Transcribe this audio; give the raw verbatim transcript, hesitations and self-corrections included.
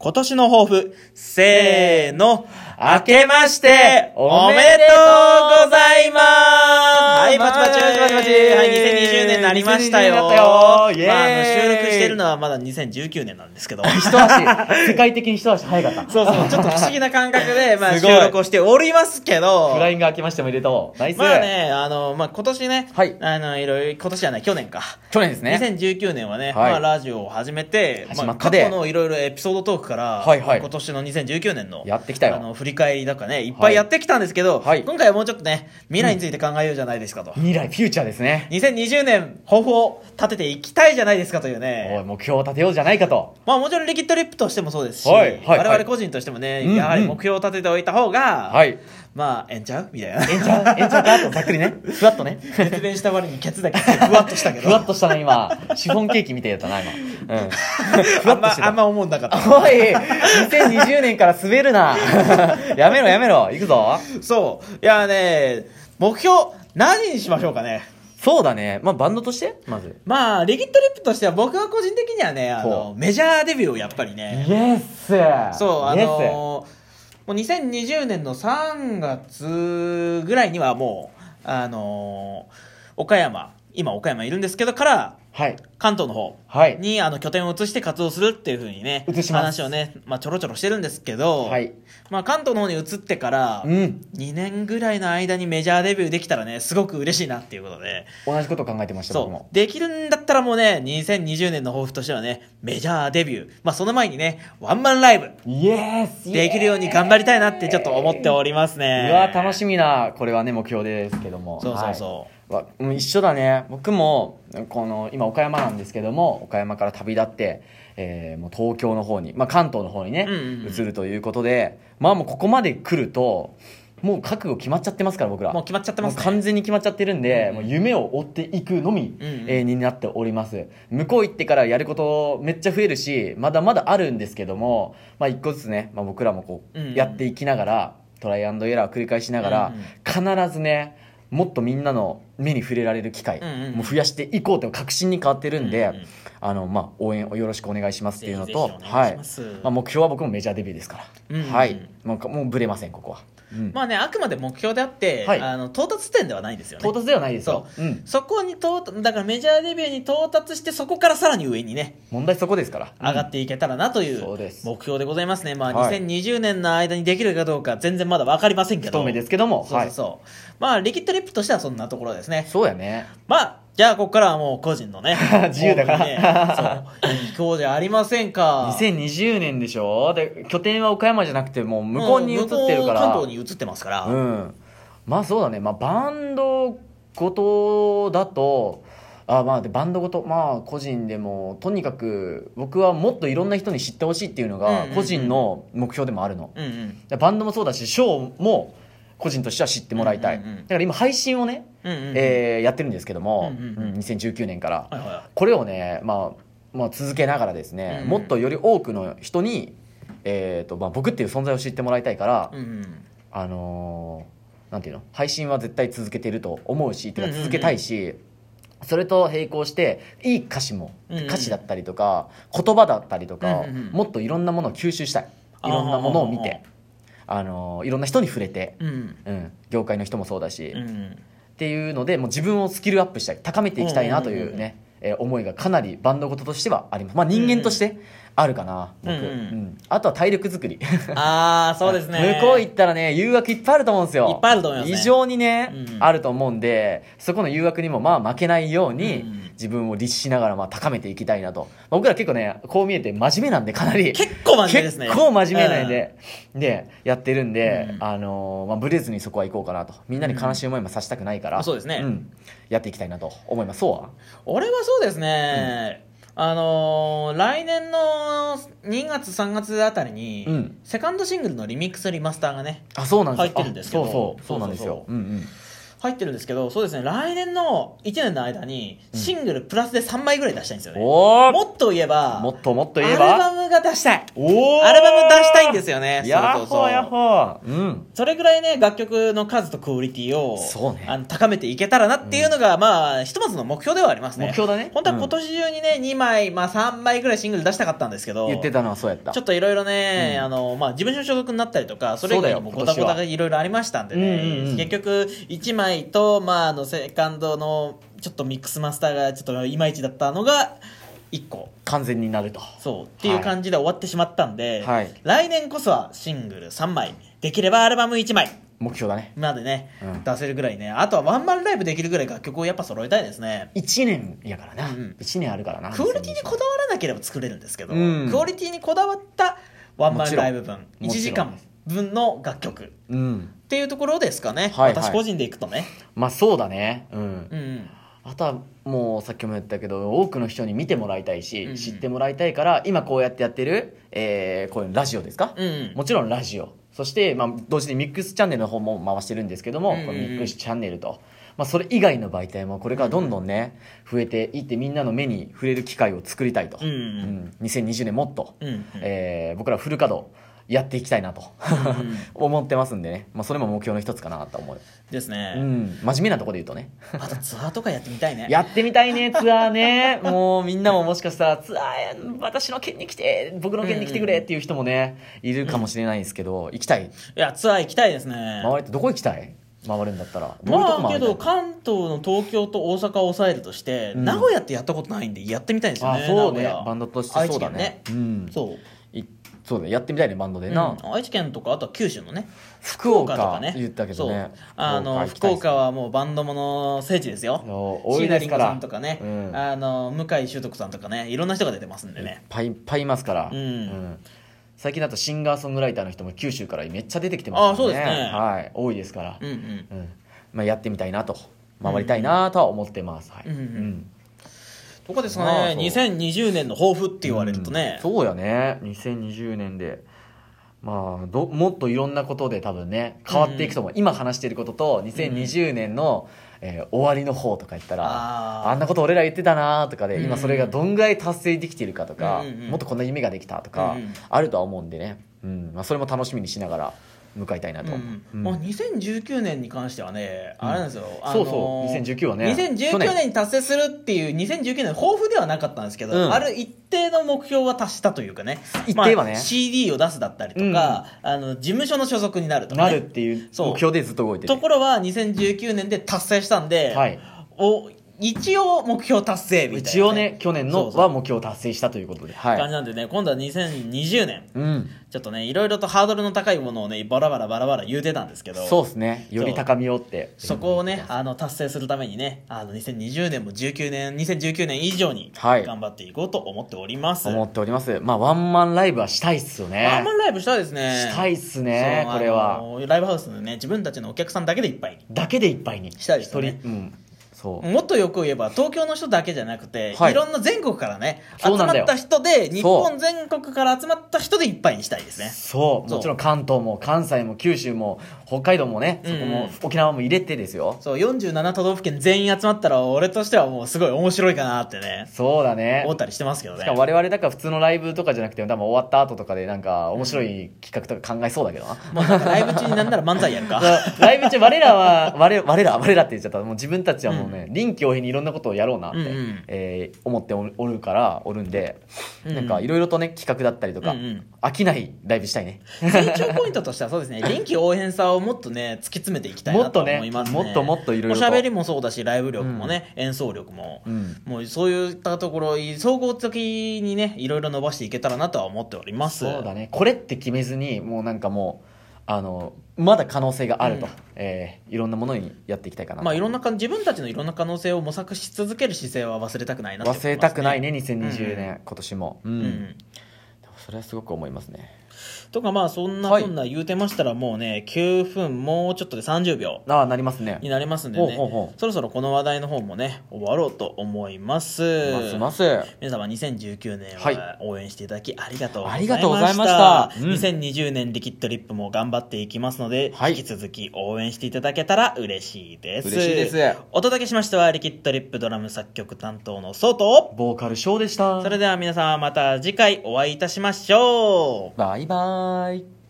今年の抱負、せーの、明けましておめでとうございます。はい、パチパチパチパチパチ。はい、にせんにじゅうねんになりましたよ。 よイエーイ。 まあ、あの収録してるのはまだにせんじゅうきゅうねんなんですけど。 一足、世界的に一足早かった。 そうそう、ちょっと不思議な感覚で、まあ、収録をしておりますけど。 フライング明けましておめでとう。ナイス。 まあね、あの、まあ、今年ね、 はい。 あの、いろいろ、今年じゃない、去年か。 去年ですね。 にせんじゅうきゅうねんはね、 はい、 まあ、ラジオを始めて、 始まったで、 まあ、過去のいろいろエピソードトークから、 はいはい、 今年のにせんじゅうきゅうねんの、 やってきたよ。 あの、振り返りだかね、いっぱいやってきたんですけど、はい、今回はもうちょっとね、未来について考えようじゃないですかと。 うん、未来、フューチャーですね。 にせんにじゅうねん、抱負を立てていきたいじゃないですかというね。 おい、目標を立てようじゃないかと。 まあもちろんリキッドリップとしてもそうですし、 はいはい、 我々個人としてもね、 うんうん、 やはり目標を立てておいた方が、 はい、 まあ、えんちゃうみたいな。 えんちゃうえんちゃうかと、ざっくりね。ふわっとね。 熱弁した割にケツだけふわっとしたけど。 ふわっとしたな、今。シフォンケーキみたいやったな、今。うん。 ふわっとしてた。あんま、あんま思うんなかった。 おい、にせんにじゅうねんから滑るな。やめろやめろ。行くぞ。 そう。いやね、目標、何にしましょうかね。 そうだね。まあ、バンドとしてまず。 まあ、リキッドリップとしては僕は個人的にはね、あの、メジャーデビューをやっぱりね。 イエスそう、あのー、もうにせんにじゅうねんのさんがつぐらいにはもう、あのー、岡山、今岡山いるんですけどから、 はい、 関東の方に、はい、あの拠点を移して活動するっていう風にね、話をね、まあ、ちょろちょろしてるんですけど、はい、まあ、関東の方に移ってから、うん、にねんぐらいの間にメジャーデビューできたらね、すごく嬉しいなっていうことで。 同じこと考えてました、僕も。 そう。できるんだったらもうね、にせんにじゅうねんの抱負としてはね、メジャーデビュー。まあ、その前にね、ワンマンライブ。 イエスできるように頑張りたいなってちょっと思っておりますね。 うわ、楽しみな、これはね、目標ですけども。 そうそうそう。 はいわ一緒だね。僕もこの今岡山なんですけども、岡山から旅立って、えー、もう東京の方に、まあ、関東の方にね、うんうんうん、移るということで、まあもうここまで来るともう覚悟決まっちゃってますから、僕らもう決まっちゃってますね。 完全に決まっちゃってるんで、うん、もう夢を追っていくのみ、うんうん、えー、になっております。向こう行ってからやることめっちゃ増えるし、まだまだあるんですけども、まあ、一個ずつね、まあ、僕らもこうやっていきながら、うんうん、トライアンドエラーを繰り返しながら、うんうん、必ずねもっとみんなの目に触れられる機会も増やしていこうという確信に変わってるんで、うんうん、あのまあ、応援をよろしくお願いしますっていうのと、はい、まあ、目標は僕もメジャーデビューですから、うんうん、はい、もう、もうブレませんここは。うん、 まあね、あくまで目標であって、はい、あの到達点ではないですよね。 到達ではないですよ。 そう、うん、そこに到達、だからメジャーデビューに到達して、そこからさらに上にね、 問題そこですから、 上がっていけたらなという目標でございますね。まあ、にせんにじゅうねんの間にできるかどうか全然まだ分かりませんけど、 不透明ですけども、 そうそうそう、はい、まあリキッドリップとしてはそんなところですね。 そうやね。 まあじゃあここからはもう個人のね自由だから、ね、 そう行こうじゃありませんか。 にせんにじゅうねんでしょ。で拠点は岡山じゃなくてもう向こうに移ってるから、 関東に移ってますから、 うん、まあそうだね。まあバンドごとだとあまあでバンドごとまあ個人でもとにかく僕はもっといろんな人に知ってほしいっていうのが個人の目標でもあるの、うんうん、バンドもそうだしショーも個人としては知ってもらいたい、うんうんうん、だから今配信をね、うんうんうん、えー、やってるんですけども、うんうんうん、にせんじゅうきゅうねんから、はいはい、これをね、まあまあ、続けながらですね、うんうん、もっとより多くの人に、えーとまあ、僕っていう存在を知ってもらいたいから、うんうん、あのー、なんていうの配信は絶対続けてると思うし、てか続けたいし、うんうんうん、それと並行していい歌詞も、うんうん、歌詞だったりとか言葉だったりとか、うんうんうん、もっといろんなものを吸収したい。いろんなものを見てあのいろんな人に触れて、うんうん、業界の人もそうだし、うんうん、っていうのでもう自分をスキルアップしたい、高めていきたいなというね、うんうんうん、えー、思いがかなりバンドごととしてはあります。まあ人間としてあるかな、うんうん、僕、うんうん、あとは体力作りああそうですね。 向こう行ったらね誘惑いっぱいあると思うんですよ。 いっぱいあると思いますね。 異常にね、 うん、 あると思うんで、そこの誘惑にもまあ負けないように、うんうん、自分を律しながらまあ高めていきたいなと。僕ら結構ねこう見えて真面目なんで、かなり結構真面目ですね。 結構真面目なんで、うん、でやってるんで、うん、あのー、まあ、ブレずにそこは行こうかなと。みんなに悲しい思いもさせたくないから、 うん、そうですね、 うん、やっていきたいなと思います。そうは俺はそうですね、うん、あのー、来年のにがつさんがつあたりに、うん、セカンドシングルのリミックスリマスターがね、 あそうなんです入ってるんですけど、 そうそうそうなんですよ。うんうん、 入ってるんですけど、そうですね、来年のいちねんの間にシングルプラスでさんまいぐらい出したいんですよね、うん、もっと言えばもっともっと言えばアルバムが出したい、おアルバム出したいんですよね。 やっほーやっほー、うん、 それぐらいね楽曲の数とクオリティをそう、ね、あの高めていけたらなっていうのが、うん、まあひとまずの目標ではありますね。 目標だね。 本当は今年中にねにまい、まあ、さんまいぐらいシングル出したかったんですけど、 言ってたのはそうやった。 ちょっといろいろね、うん、あのまあ、事務所所属になったりとかそれ以外にもごたごたがいろいろありましたんでね、うんうんうん、結局いちまいと、まあ、あのセカンドのちょっとミックスマスターがちょっといまいちだったのがいっこ完全になると、 そうっていう感じで終わってしまったんで、 はい、 来年こそはシングルさんまいできればアルバムいちまい目標だねまでね、うん、出せるぐらいね。あとはワンマンライブできるぐらい楽曲をやっぱ揃えたいですね。 いちねんやからな、うん、いちねんあるからな。 クオリティにこだわらなければ作れるんですけど、うん、クオリティにこだわったワンマンライブ分いちじかんぶんの楽曲、うん、っていうところですかね、はいはい、私個人でいくとね。 まあそうだね、うん、うん、あとはもうさっきも言ったけど多くの人に見てもらいたいし、うん、知ってもらいたいから今こうやってやってる、えー、こういうラジオですか、うん、もちろんラジオ、そして、まあ、同時にミックスチャンネルの方も回してるんですけども、うんうん、このミックスチャンネルと、まあ、それ以外の媒体もこれからどんどんね、うん、増えていってみんなの目に触れる機会を作りたいと、うんうんうん、にせんにじゅうねんもっと、うんうん、えー、僕らフル稼働やっていきたいなと、うん、思ってますんでね、まあ、それも目標の一つかなと思うですね、 うん、真面目なところで言うとねあとツアーとかやってみたいねやってみたいねツアーねもうみんなももしかしたらツアー私の県に来て僕の県に来てくれっていう人もね、うん、いるかもしれないですけど、行きたい。いやツアー行きたいですね。 回りどこ行きたい？回るんだったらどういうとこ回りたい？まあけど関東の東京と大阪を抑えるとして、うん、名古屋ってやったことないんでやってみたいんですよね。 あそうね、バンドとしてそうだね、 ね、うん、そうそうだやってみたいねバンドでな、 うん、愛知県とかあとは九州のね福岡とかね言ったけどね、 あの福岡はもうバンドもの聖地ですよ。 多いですから、 椎名林檎さんとかね、うん、あの向井秀徳さんとかねいろんな人が出てますんでね、いっぱいいっぱいいますから、うんうん、最近だとシンガーソングライターの人も九州からめっちゃ出てきてますからね。あそうですね、はい、多いですから、うんうんうんまあ、やってみたいなと回りたいなとは思ってます、はい、うんうんうんとかですかね、にせんにじゅうねんの抱負って言われるとね、 うん、そうやねにせんにじゅうねんでまあ、どもっといろんなことで多分ね変わっていくと思う、うん、今話していることとにせんにじゅうねんの、うんえー、終わりの方とか言ったら あ, あんなこと俺ら言ってたなとかで、うん、今それがどんぐらい達成できているかとか、うん、もっとこんな夢ができたとか、うん、あるとは思うんでね、うんまあ、それも楽しみにしながら向かいたいなと、うんうんまあ、にせんじゅうきゅうねんに関してはね、うん、あれなんですよ、あのー、そうそうにせんじゅうきゅうはねにせんじゅうきゅうねんに達成するっていうにせんじゅうきゅうねんの抱負ではなかったんですけど、うん、ある一定の目標は達したというかね、 一定はね、 まあ、シーディー を出すだったりとか、うん、あの事務所の所属になるとか、 ね、なるっていう目標でずっと動いてるところはにせんじゅうきゅうねんで達成したんで、はい、お一応目標達成みたいな、ね、 一応ね去年のは目標達成したということで、 はい、感じなんでね、今度はにせんにじゅうねん、うん、ちょっとねいろいろとハードルの高いものをねバラバラバラバラ言うてたんですけど、 そうですね、より高みようってそこをねあの達成するためにね、あのにせんにじゅうねんもじゅうきゅうねんにせんじゅうきゅうねん以上に頑張っていこうと思っております、 はい、思っております。まあワンマンライブはしたいっすよね。 ワンマンライブしたいですね。 したいっすね。これはライブハウスのね自分たちのお客さんだけでいっぱいにだけでいっぱいにしたいですよね。 一人、うんそうもっとよく言えば東京の人だけじゃなくて、はい、いろんな全国からね集まった人で日本全国から集まった人でいっぱいにしたいですね。 そうもちろん関東も関西も九州も北海道もね、そこも沖縄も入れてですよ。 そうよんじゅうなな都道府県全員集まったら俺としてはもうすごい面白いかなってね、 そうだね思ったりしてますけどね。 しかも我々だから普通のライブとかじゃなくて多分終わった後とかでなんか面白い企画とか考えそうだけどな、うん、 もうなんかライブ中になんなら漫才やるかライブ中我らは我々我ら我らって言っちゃったらもう自分たちはもうね、うん、臨機応変にいろんなことをやろうなって、うんうんえー、思っておるからおるんで、うん、なんかいろいろとね企画だったりとか、うんうん、飽きないライブしたいね。 成長ポイントとしてはそうですね臨機応変さをもっとね突き詰めていきたいなと思いますね。 もっとねもっともっといろいろとおしゃべりもそうだしライブ力もね、うん、演奏力も、うん、もうそういったところ総合的にねいろいろ伸ばしていけたらなとは思っております。 そうだね、これって決めずにもうなんかもうあのまだ可能性があると、うんえー、いろんなものにやっていきたいかなと、 まあ、いろんなか自分たちのいろんな可能性を模索し続ける姿勢は忘れたくないなって思いますね。 忘れたくないねにせんにじゅうねん、うん、今年も、うんうん、 うん、 それはすごく思いますね。 とかまあそんなこんな言うてましたらもうねきゅうふんもうちょっとでさんじゅうびょうああなりますねになりますんでね、 ほうほうほうそろそろこの話題の方もね終わろうと思いますますます皆様にせんじゅうきゅうねんはいは応援していただきありがとうござあいました、 りがとうございましたうんにせんにじゅうねんリキッドリップも頑張っていきますので、 はい引き続き応援していただけたら嬉しいです嬉しいですお届けしましたはリキッドリップドラム作曲担当のソウとボーカルショーでしたそれでは皆様また次回お会いいたしましょうバイバーイ